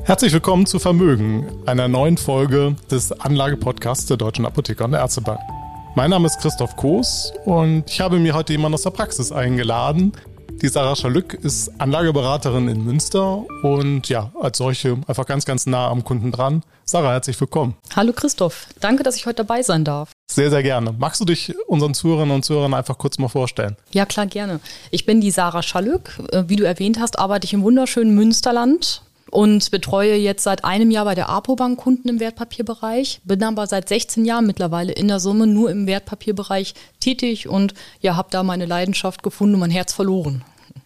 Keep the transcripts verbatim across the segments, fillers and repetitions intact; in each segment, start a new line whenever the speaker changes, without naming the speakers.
Herzlich willkommen zu Vermögen, einer neuen Folge des Anlagepodcasts der Deutschen Apotheker und Ärztebank. Mein Name ist Christoph Koos und ich habe mir heute jemanden aus der Praxis eingeladen. Die Sarah Schalück ist Anlageberaterin in Münster und ja, als solche einfach ganz, ganz nah am Kunden dran. Sarah, herzlich willkommen.
Hallo Christoph, danke, dass ich heute dabei sein darf.
Sehr, sehr gerne. Magst du dich unseren Zuhörerinnen und Zuhörern einfach kurz mal vorstellen?
Ja, klar, gerne. Ich bin die Sarah Schalück. Wie du erwähnt hast, arbeite ich im wunderschönen Münsterland und betreue jetzt seit einem Jahr bei der Apobank Kunden im Wertpapierbereich, bin aber seit sechzehn Jahren mittlerweile in der Summe nur im Wertpapierbereich tätig und ja, habe da meine Leidenschaft gefunden und mein Herz verloren.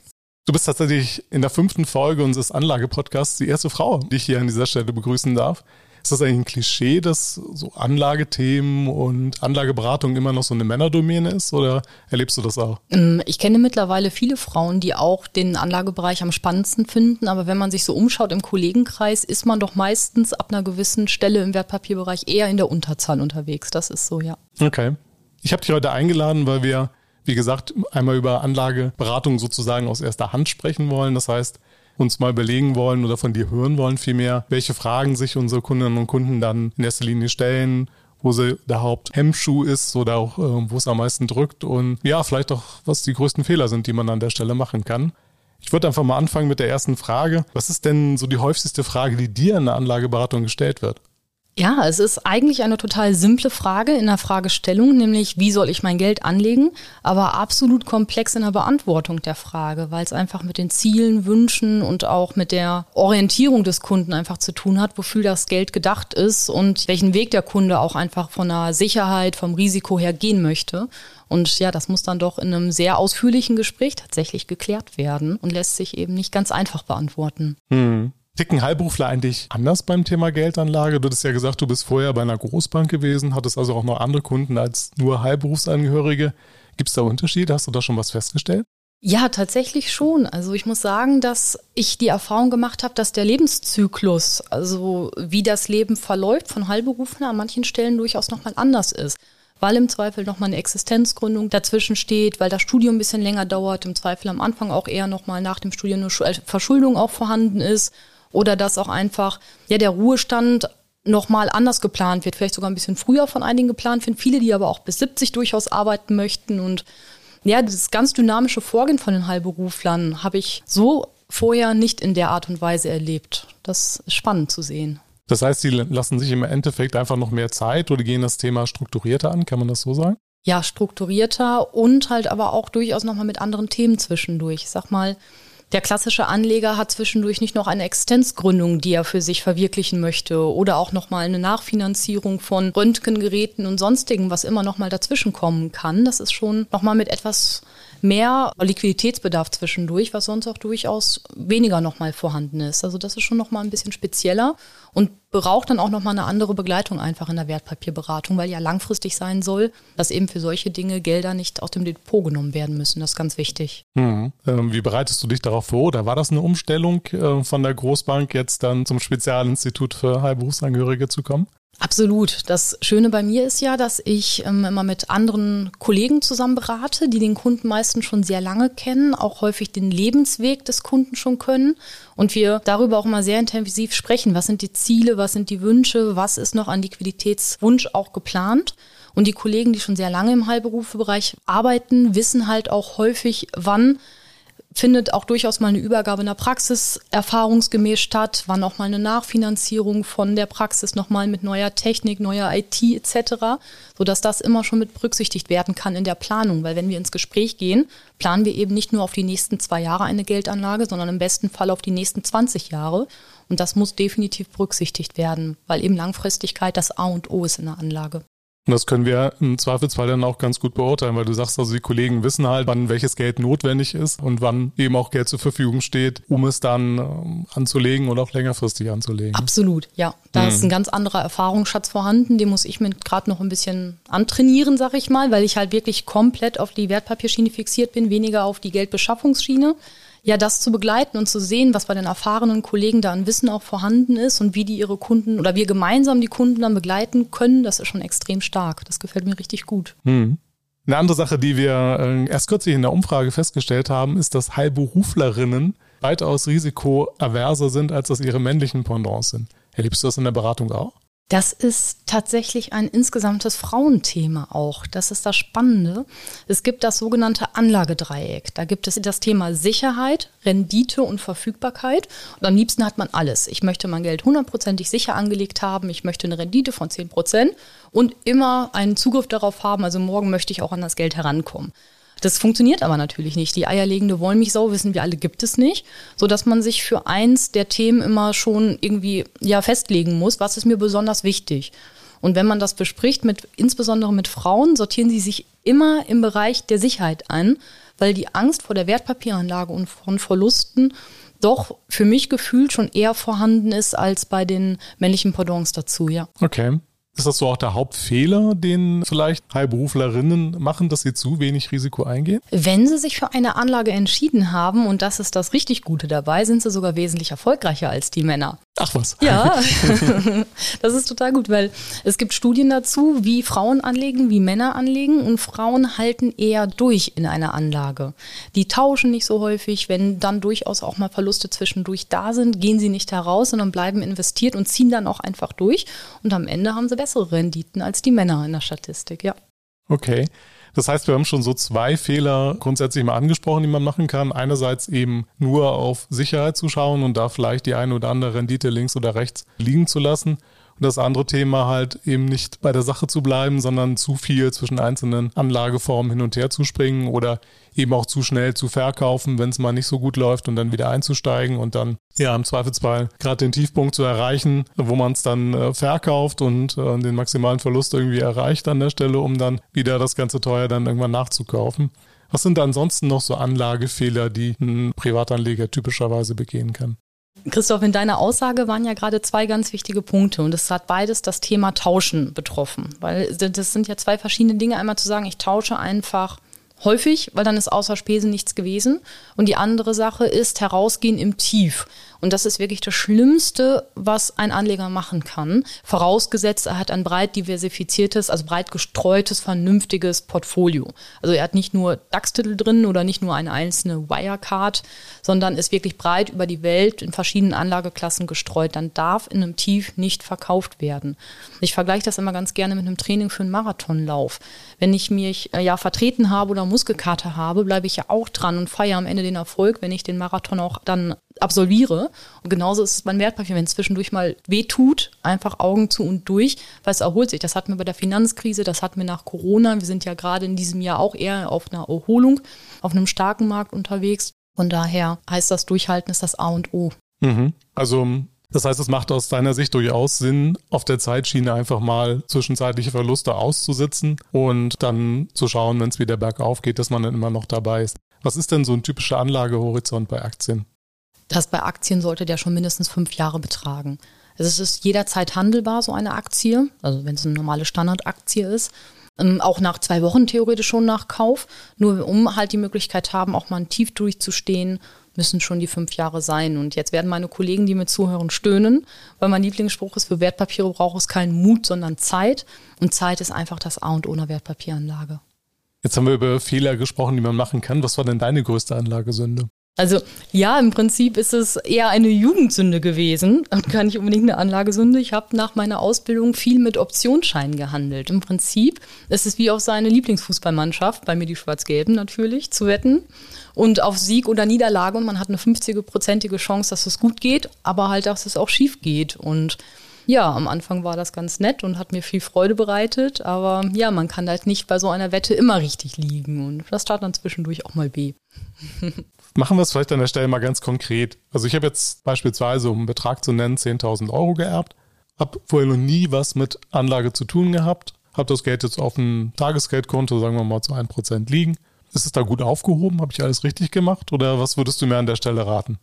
Du bist tatsächlich in der fünften Folge unseres Anlagepodcasts die erste Frau, die ich hier an dieser Stelle begrüßen darf. Ist das eigentlich ein Klischee, dass so Anlagethemen und Anlageberatung immer noch so eine Männerdomäne ist oder erlebst du das auch?
Ich kenne mittlerweile viele Frauen, die auch den Anlagebereich am spannendsten finden, aber wenn man sich so umschaut im Kollegenkreis, ist man doch meistens ab einer gewissen Stelle im Wertpapierbereich eher in der Unterzahl unterwegs. Das ist so, ja.
Okay. Ich habe dich heute eingeladen, weil wir, wie gesagt, einmal über Anlageberatung sozusagen aus erster Hand sprechen wollen. Das heißt, uns mal überlegen wollen oder von dir hören wollen vielmehr, welche Fragen sich unsere Kundinnen und Kunden dann in erster Linie stellen, wo sie der Haupthemmschuh ist oder auch äh, wo es am meisten drückt und ja, vielleicht auch, was die größten Fehler sind, die man an der Stelle machen kann. Ich würde einfach mal anfangen mit der ersten Frage. Was ist denn so die häufigste Frage, die dir in der Anlageberatung gestellt wird?
Ja, es ist eigentlich eine total simple Frage in der Fragestellung, nämlich wie soll ich mein Geld anlegen, aber absolut komplex in der Beantwortung der Frage, weil es einfach mit den Zielen, Wünschen und auch mit der Orientierung des Kunden einfach zu tun hat, wofür das Geld gedacht ist und welchen Weg der Kunde auch einfach von der Sicherheit, vom Risiko her gehen möchte. Und ja, das muss dann doch in einem sehr ausführlichen Gespräch tatsächlich geklärt werden und lässt sich eben nicht ganz einfach beantworten.
Hm. Ticken Heilberufler eigentlich anders beim Thema Geldanlage? Du hast ja gesagt, du bist vorher bei einer Großbank gewesen, hattest also auch noch andere Kunden als nur Heilberufsangehörige. Gibt es da Unterschiede? Hast du da schon was festgestellt?
Ja, tatsächlich schon. Also ich muss sagen, dass ich die Erfahrung gemacht habe, dass der Lebenszyklus, also wie das Leben verläuft von Heilberuflern, an manchen Stellen durchaus nochmal anders ist. Weil im Zweifel nochmal eine Existenzgründung dazwischen steht, weil das Studium ein bisschen länger dauert, im Zweifel am Anfang auch eher nochmal nach dem Studium eine Verschuldung auch vorhanden ist. Oder dass auch einfach ja der Ruhestand nochmal anders geplant wird, vielleicht sogar ein bisschen früher von einigen geplant wird. Viele, die aber auch bis siebzig durchaus arbeiten möchten. Und ja, dieses ganz dynamische Vorgehen von den Heilberuflern habe ich so vorher nicht in der Art und Weise erlebt. Das ist spannend zu sehen.
Das heißt, sie lassen sich im Endeffekt einfach noch mehr Zeit oder gehen das Thema strukturierter an, kann man das so sagen?
Ja, strukturierter und halt aber auch durchaus nochmal mit anderen Themen zwischendurch. Ich sag mal, der klassische Anleger hat zwischendurch nicht noch eine Existenzgründung, die er für sich verwirklichen möchte oder auch nochmal eine Nachfinanzierung von Röntgengeräten und sonstigen, was immer nochmal dazwischen kommen kann. Das ist schon nochmal mit etwas mehr Liquiditätsbedarf zwischendurch, was sonst auch durchaus weniger nochmal vorhanden ist. Also das ist schon nochmal ein bisschen spezieller und braucht dann auch nochmal eine andere Begleitung einfach in der Wertpapierberatung, weil ja langfristig sein soll, dass eben für solche Dinge Gelder nicht aus dem Depot genommen werden müssen. Das ist ganz wichtig.
Hm. Ähm, wie bereitest du dich darauf vor? Oder war das eine Umstellung äh, von der Großbank jetzt dann zum Spezialinstitut für Heilberufsangehörige zu kommen?
Absolut. Das Schöne bei mir ist ja, dass ich ähm, immer mit anderen Kollegen zusammen berate, die den Kunden meistens schon sehr lange kennen, auch häufig den Lebensweg des Kunden schon können und wir darüber auch mal sehr intensiv sprechen. Was sind die Ziele, was sind die Wünsche, was ist noch an Liquiditätswunsch auch geplant? Und die Kollegen, die schon sehr lange im Heilberufsbereich arbeiten, wissen halt auch häufig, wann findet auch durchaus mal eine Übergabe in der Praxis erfahrungsgemäß statt, wann auch mal eine Nachfinanzierung von der Praxis nochmal mit neuer Technik, neuer I T et cetera, sodass das immer schon mit berücksichtigt werden kann in der Planung. Weil wenn wir ins Gespräch gehen, planen wir eben nicht nur auf die nächsten zwei Jahre eine Geldanlage, sondern im besten Fall auf die nächsten zwanzig Jahre. Und das muss definitiv berücksichtigt werden, weil eben Langfristigkeit das A und O ist in der Anlage.
Und das können wir im Zweifelsfall dann auch ganz gut beurteilen, weil du sagst, also die Kollegen wissen halt, wann welches Geld notwendig ist und wann eben auch Geld zur Verfügung steht, um es dann ähm, anzulegen oder auch längerfristig anzulegen.
Absolut, ja. Da hm. ist ein ganz anderer Erfahrungsschatz vorhanden, den muss ich mir gerade noch ein bisschen antrainieren, sag ich mal, weil ich halt wirklich komplett auf die Wertpapierschiene fixiert bin, weniger auf die Geldbeschaffungsschiene. Ja, das zu begleiten und zu sehen, was bei den erfahrenen Kollegen da an Wissen auch vorhanden ist und wie die ihre Kunden oder wir gemeinsam die Kunden dann begleiten können, das ist schon extrem stark. Das gefällt mir richtig gut.
Hm. Eine andere Sache, die wir äh, erst kürzlich in der Umfrage festgestellt haben, ist, dass Heilberuflerinnen weitaus risikoaverser sind, als das ihre männlichen Pendants sind. Erlebst du das in der Beratung auch?
Das ist tatsächlich ein insgesamtes Frauenthema auch. Das ist das Spannende. Es gibt das sogenannte Anlagedreieck. Da gibt es das Thema Sicherheit, Rendite und Verfügbarkeit. Und am liebsten hat man alles. Ich möchte mein Geld hundertprozentig sicher angelegt haben. Ich möchte eine Rendite von zehn Prozent und immer einen Zugriff darauf haben. Also morgen möchte ich auch an das Geld herankommen. Das funktioniert aber natürlich nicht. Die eierlegende Wollmilchsau, wissen wir alle, gibt es nicht, sodass man sich für eins der Themen immer schon irgendwie ja festlegen muss, was ist mir besonders wichtig. Und wenn man das bespricht, mit, insbesondere mit Frauen, sortieren sie sich immer im Bereich der Sicherheit ein, weil die Angst vor der Wertpapieranlage und von Verlusten doch für mich gefühlt schon eher vorhanden ist als bei den männlichen Pendants dazu, ja.
Okay. Ist das so auch der Hauptfehler, den vielleicht Heilberuflerinnen machen, dass sie zu wenig Risiko eingehen?
Wenn sie sich für eine Anlage entschieden haben, und das ist das richtig Gute dabei, sind sie sogar wesentlich erfolgreicher als die Männer.
Ach was.
Ja, das ist total gut, weil es gibt Studien dazu, wie Frauen anlegen, wie Männer anlegen, und Frauen halten eher durch in einer Anlage. Die tauschen nicht so häufig, wenn dann durchaus auch mal Verluste zwischendurch da sind, gehen sie nicht heraus, sondern bleiben investiert und ziehen dann auch einfach durch, und am Ende haben sie bessere Renditen als die Männer in der Statistik, ja.
Okay. Das heißt, wir haben schon so zwei Fehler grundsätzlich mal angesprochen, die man machen kann. Einerseits eben nur auf Sicherheit zu schauen und da vielleicht die eine oder andere Rendite links oder rechts liegen zu lassen. Und das andere Thema halt eben nicht bei der Sache zu bleiben, sondern zu viel zwischen einzelnen Anlageformen hin und her zu springen oder eben auch zu schnell zu verkaufen, wenn es mal nicht so gut läuft, und dann wieder einzusteigen und dann ja im Zweifelsfall gerade den Tiefpunkt zu erreichen, wo man es dann äh, verkauft und äh, den maximalen Verlust irgendwie erreicht an der Stelle, um dann wieder das ganze teuer dann irgendwann nachzukaufen. Was sind da ansonsten noch so Anlagefehler, die ein Privatanleger typischerweise begehen kann?
Christoph, in deiner Aussage waren ja gerade zwei ganz wichtige Punkte, und es hat beides das Thema Tauschen betroffen, weil das sind ja zwei verschiedene Dinge. Einmal zu sagen, ich tausche einfach häufig, weil dann ist außer Spesen nichts gewesen, und die andere Sache ist herausgehen im Tief. Und das ist wirklich das Schlimmste, was ein Anleger machen kann, vorausgesetzt, er hat ein breit diversifiziertes, also breit gestreutes, vernünftiges Portfolio. Also er hat nicht nur DAX-Titel drin oder nicht nur eine einzelne Wirecard, sondern ist wirklich breit über die Welt in verschiedenen Anlageklassen gestreut. Dann darf in einem Tief nicht verkauft werden. Ich vergleiche das immer ganz gerne mit einem Training für einen Marathonlauf. Wenn ich mich ja vertreten habe oder Muskelkater habe, bleibe ich ja auch dran und feiere am Ende den Erfolg, wenn ich den Marathon auch dann absolviere. Und genauso ist es beim Wertpapier, wenn es zwischendurch mal weh tut, einfach Augen zu und durch, weil es erholt sich. Das hatten wir bei der Finanzkrise, das hatten wir nach Corona. Wir sind ja gerade in diesem Jahr auch eher auf einer Erholung, auf einem starken Markt unterwegs. Von daher heißt das Durchhalten ist das A und O.
Mhm. Also das heißt, es macht aus deiner Sicht durchaus Sinn, auf der Zeitschiene einfach mal zwischenzeitliche Verluste auszusitzen und dann zu schauen, wenn es wieder bergauf geht, dass man dann immer noch dabei ist. Was ist denn so ein typischer Anlagehorizont bei Aktien?
Das bei Aktien sollte der schon mindestens fünf Jahre betragen. Also es ist jederzeit handelbar, so eine Aktie, also wenn es eine normale Standardaktie ist. Ähm, auch nach zwei Wochen theoretisch schon nach Kauf. Nur um halt die Möglichkeit haben, auch mal ein Tief durchzustehen, müssen schon die fünf Jahre sein. Und jetzt werden meine Kollegen, die mir zuhören, stöhnen, weil mein Lieblingsspruch ist, für Wertpapiere braucht es keinen Mut, sondern Zeit. Und Zeit ist einfach das A und O einer Wertpapieranlage.
Jetzt haben wir über Fehler gesprochen, die man machen kann. Was war denn deine größte Anlagesünde?
Also ja, im Prinzip ist es eher eine Jugendsünde gewesen und gar nicht unbedingt eine Anlagesünde. Ich habe nach meiner Ausbildung viel mit Optionsscheinen gehandelt. Im Prinzip ist es wie auf seine Lieblingsfußballmannschaft, bei mir die Schwarz-Gelben natürlich, zu wetten und auf Sieg oder Niederlage, und man hat eine fünfzig-prozentige Chance, dass es gut geht, aber halt, dass es auch schief geht. Und ja, am Anfang war das ganz nett und hat mir viel Freude bereitet, aber ja, man kann halt nicht bei so einer Wette immer richtig liegen, und das tat dann zwischendurch auch mal weh.
Machen wir es vielleicht an der Stelle mal ganz konkret. Also ich habe jetzt beispielsweise, um einen Betrag zu nennen, zehntausend Euro geerbt, habe vorher noch nie was mit Anlage zu tun gehabt, habe das Geld jetzt auf einem Tagesgeldkonto, sagen wir mal, zu ein Prozent liegen. Ist es da gut aufgehoben? Habe ich alles richtig gemacht? Oder was würdest du mir an der Stelle raten?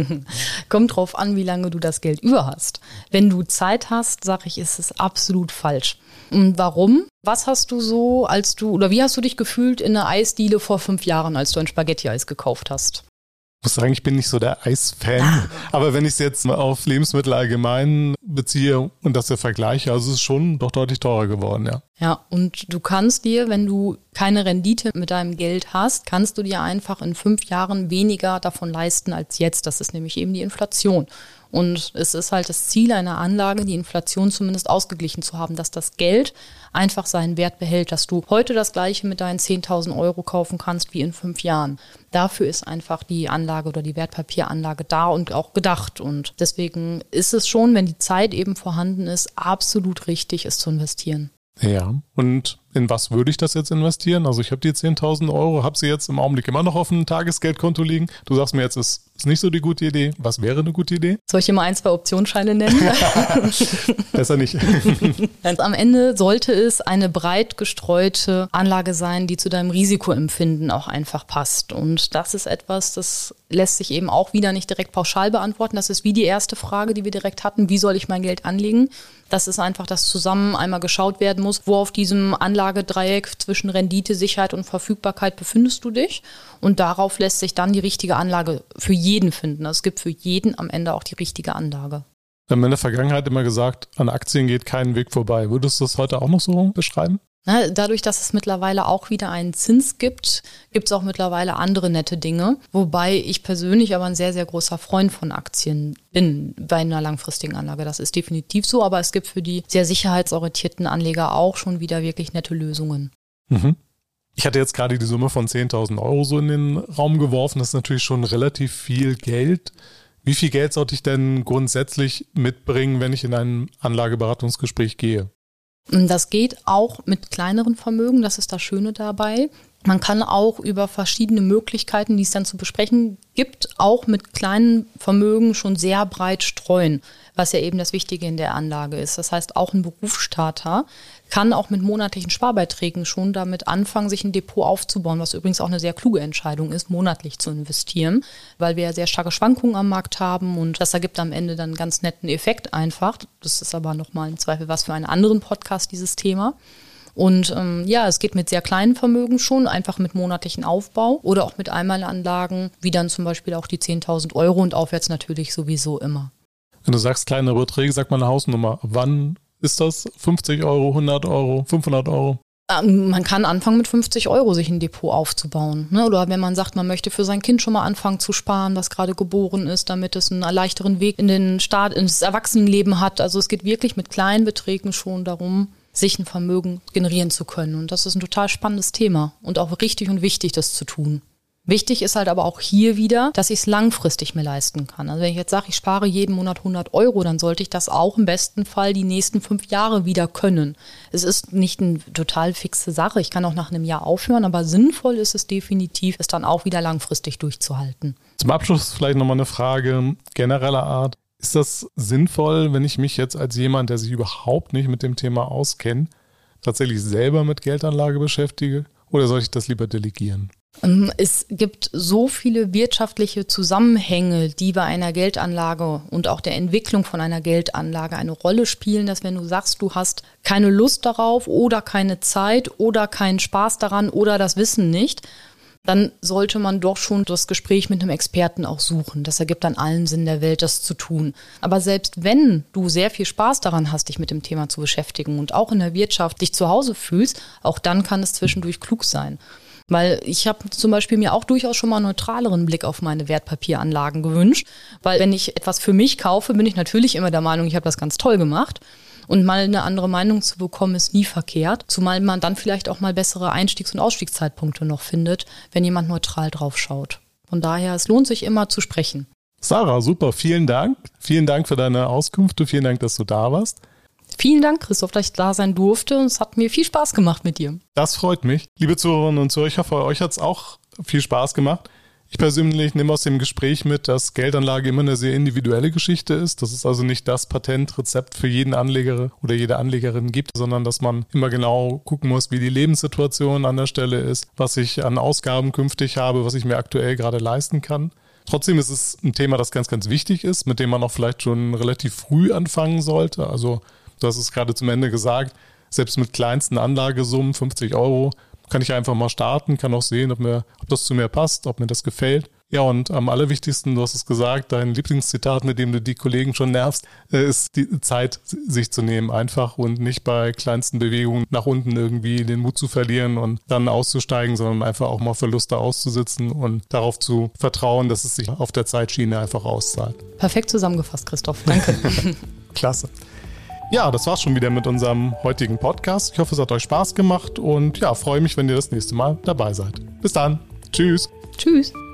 Kommt drauf an, wie lange du das Geld über hast. Wenn du Zeit hast, sage ich, ist es absolut falsch. Und warum? Was hast du so, als du, oder wie hast du dich gefühlt in einer Eisdiele vor fünf Jahren, als du ein Spaghetti-Eis gekauft hast?
Ich muss sagen, ich bin nicht so der Eisfan. Aber wenn ich es jetzt auf Lebensmittel allgemein beziehe und das ja vergleiche, also es ist schon doch deutlich teurer geworden, ja.
Ja, und du kannst dir, wenn du keine Rendite mit deinem Geld hast, kannst du dir einfach in fünf Jahren weniger davon leisten als jetzt. Das ist nämlich eben die Inflation. Und es ist halt das Ziel einer Anlage, die Inflation zumindest ausgeglichen zu haben, dass das Geld einfach seinen Wert behält, dass du heute das Gleiche mit deinen zehntausend Euro kaufen kannst wie in fünf Jahren. Dafür ist einfach die Anlage oder die Wertpapieranlage da und auch gedacht. Und deswegen ist es schon, wenn die Zeit eben vorhanden ist, absolut richtig, es zu investieren.
Ja, und in was würde ich das jetzt investieren? Also ich habe die zehntausend Euro, habe sie jetzt im Augenblick immer noch auf einem Tagesgeldkonto liegen. Du sagst mir jetzt, es ist nicht so die gute Idee. Was wäre eine gute Idee?
Soll ich dir mal ein, zwei Optionsscheine nennen?
Besser nicht.
Am Ende sollte es eine breit gestreute Anlage sein, die zu deinem Risikoempfinden auch einfach passt. Und das ist etwas, das lässt sich eben auch wieder nicht direkt pauschal beantworten. Das ist wie die erste Frage, die wir direkt hatten. Wie soll ich mein Geld anlegen? Das ist einfach, dass zusammen einmal geschaut werden muss, wo auf diesem Anlagedreieck zwischen Rendite, Sicherheit und Verfügbarkeit befindest du dich. Und darauf lässt sich dann die richtige Anlage für jeden finden. Also es gibt für jeden am Ende auch die richtige Anlage.
Wir haben in der Vergangenheit immer gesagt, an Aktien geht kein Weg vorbei. Würdest du das heute auch noch so beschreiben?
Na, dadurch, dass es mittlerweile auch wieder einen Zins gibt, gibt es auch mittlerweile andere nette Dinge. Wobei ich persönlich aber ein sehr, sehr großer Freund von Aktien bin bei einer langfristigen Anlage. Das ist definitiv so, aber es gibt für die sehr sicherheitsorientierten Anleger auch schon wieder wirklich nette Lösungen.
Mhm. Ich hatte jetzt gerade die Summe von zehntausend Euro so in den Raum geworfen. Das ist natürlich schon relativ viel Geld. Wie viel Geld sollte ich denn grundsätzlich mitbringen, wenn ich in ein Anlageberatungsgespräch gehe?
Das geht auch mit kleineren Vermögen, das ist das Schöne dabei. Man kann auch über verschiedene Möglichkeiten, die es dann zu besprechen gibt, auch mit kleinen Vermögen schon sehr breit streuen, was ja eben das Wichtige in der Anlage ist. Das heißt, auch ein Berufsstarter kann auch mit monatlichen Sparbeiträgen schon damit anfangen, sich ein Depot aufzubauen, was übrigens auch eine sehr kluge Entscheidung ist, monatlich zu investieren, weil wir ja sehr starke Schwankungen am Markt haben und das ergibt am Ende dann einen ganz netten Effekt einfach. Das ist aber nochmal im Zweifel was für einen anderen Podcast, dieses Thema. Und ähm, ja, es geht mit sehr kleinen Vermögen schon, einfach mit monatlichen Aufbau oder auch mit Einmalanlagen, wie dann zum Beispiel auch die zehntausend Euro und aufwärts natürlich sowieso immer.
Wenn du sagst kleinere Beträge, sag mal eine Hausnummer. Wann ist das? fünfzig Euro, hundert Euro, fünfhundert Euro?
Ähm, man kann anfangen mit fünfzig Euro sich ein Depot aufzubauen. Ne? Oder wenn man sagt, man möchte für sein Kind schon mal anfangen zu sparen, das gerade geboren ist, damit es einen leichteren Weg in den Start, ins Erwachsenenleben hat. Also es geht wirklich mit kleinen Beträgen schon darum, sich ein Vermögen generieren zu können. Und das ist ein total spannendes Thema und auch richtig und wichtig, das zu tun. Wichtig ist halt aber auch hier wieder, dass ich es langfristig mir leisten kann. Also wenn ich jetzt sage, ich spare jeden Monat hundert Euro, dann sollte ich das auch im besten Fall die nächsten fünf Jahre wieder können. Es ist nicht eine total fixe Sache. Ich kann auch nach einem Jahr aufhören, aber sinnvoll ist es definitiv, es dann auch wieder langfristig durchzuhalten.
Zum Abschluss vielleicht nochmal eine Frage genereller Art. Ist das sinnvoll, wenn ich mich jetzt als jemand, der sich überhaupt nicht mit dem Thema auskennt, tatsächlich selber mit Geldanlage beschäftige? Oder soll ich das lieber delegieren?
Es gibt so viele wirtschaftliche Zusammenhänge, die bei einer Geldanlage und auch der Entwicklung von einer Geldanlage eine Rolle spielen, dass wenn du sagst, du hast keine Lust darauf oder keine Zeit oder keinen Spaß daran oder das Wissen nicht, dann sollte man doch schon das Gespräch mit einem Experten auch suchen. Das ergibt dann allen Sinn der Welt, das zu tun. Aber selbst wenn du sehr viel Spaß daran hast, dich mit dem Thema zu beschäftigen und auch in der Wirtschaft dich zu Hause fühlst, auch dann kann es zwischendurch klug sein. Weil ich habe zum Beispiel mir auch durchaus schon mal einen neutraleren Blick auf meine Wertpapieranlagen gewünscht. Weil wenn ich etwas für mich kaufe, bin ich natürlich immer der Meinung, ich habe das ganz toll gemacht. Und mal eine andere Meinung zu bekommen, ist nie verkehrt. Zumal man dann vielleicht auch mal bessere Einstiegs- und Ausstiegszeitpunkte noch findet, wenn jemand neutral drauf schaut. Von daher, es lohnt sich immer zu sprechen.
Sarah, super, vielen Dank. Vielen Dank für deine Auskünfte. Vielen Dank, dass du da warst.
Vielen Dank, Christoph, dass ich da sein durfte. Und es hat mir viel Spaß gemacht mit dir.
Das freut mich. Liebe Zuhörerinnen und Zuhörer, ich hoffe, euch hat es auch viel Spaß gemacht. Ich persönlich nehme aus dem Gespräch mit, dass Geldanlage immer eine sehr individuelle Geschichte ist. Dass es also nicht das Patentrezept für jeden Anleger oder jede Anlegerin gibt, sondern dass man immer genau gucken muss, wie die Lebenssituation an der Stelle ist, was ich an Ausgaben künftig habe, was ich mir aktuell gerade leisten kann. Trotzdem ist es ein Thema, das ganz, ganz wichtig ist, mit dem man auch vielleicht schon relativ früh anfangen sollte. Also du hast es gerade zum Ende gesagt, selbst mit kleinsten Anlagesummen, fünfzig Euro, kann ich einfach mal starten, kann auch sehen, ob mir, ob das zu mir passt, ob mir das gefällt. Ja, und am allerwichtigsten, du hast es gesagt, dein Lieblingszitat, mit dem du die Kollegen schon nervst, ist die Zeit, sich zu nehmen einfach und nicht bei kleinsten Bewegungen nach unten irgendwie den Mut zu verlieren und dann auszusteigen, sondern einfach auch mal Verluste auszusitzen und darauf zu vertrauen, dass es sich auf der Zeitschiene einfach auszahlt.
Perfekt zusammengefasst, Christoph. Danke.
Klasse. Ja, das war's schon wieder mit unserem heutigen Podcast. Ich hoffe, es hat euch Spaß gemacht und ja, freue mich, wenn ihr das nächste Mal dabei seid. Bis dann. Tschüss.
Tschüss.